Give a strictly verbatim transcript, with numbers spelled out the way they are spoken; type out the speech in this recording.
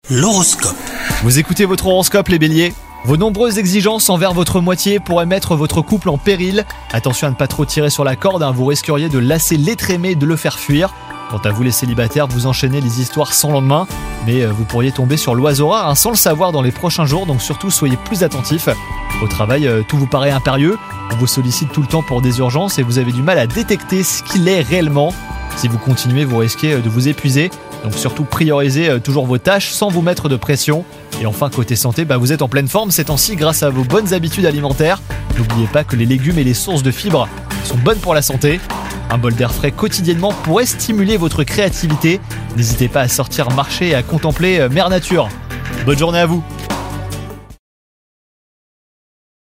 L'horoscope. Vous écoutez votre horoscope les béliers. Vos nombreuses exigences envers votre moitié pourraient mettre votre couple en péril. Attention à ne pas trop tirer sur la corde, hein, vous risqueriez de lasser l'être aimé et de le faire fuir. Quant à vous les célibataires, vous enchaînez les histoires sans lendemain, mais vous pourriez tomber sur l'oiseau rare hein, sans le savoir dans les prochains jours, donc surtout soyez plus attentifs. Au travail, tout vous paraît impérieux, on vous sollicite tout le temps pour des urgences et vous avez du mal à détecter ce qu'il est réellement. Si vous continuez, vous risquez de vous épuiser, donc surtout priorisez toujours vos tâches sans vous mettre de pression. Et enfin côté santé, bah vous êtes en pleine forme ces temps-ci grâce à vos bonnes habitudes alimentaires. N'oubliez pas que les légumes et les sources de fibres sont bonnes pour la santé. Un bol d'air frais quotidiennement pourrait stimuler votre créativité. N'hésitez pas à sortir marcher et à contempler Mère Nature. Bonne journée à vous!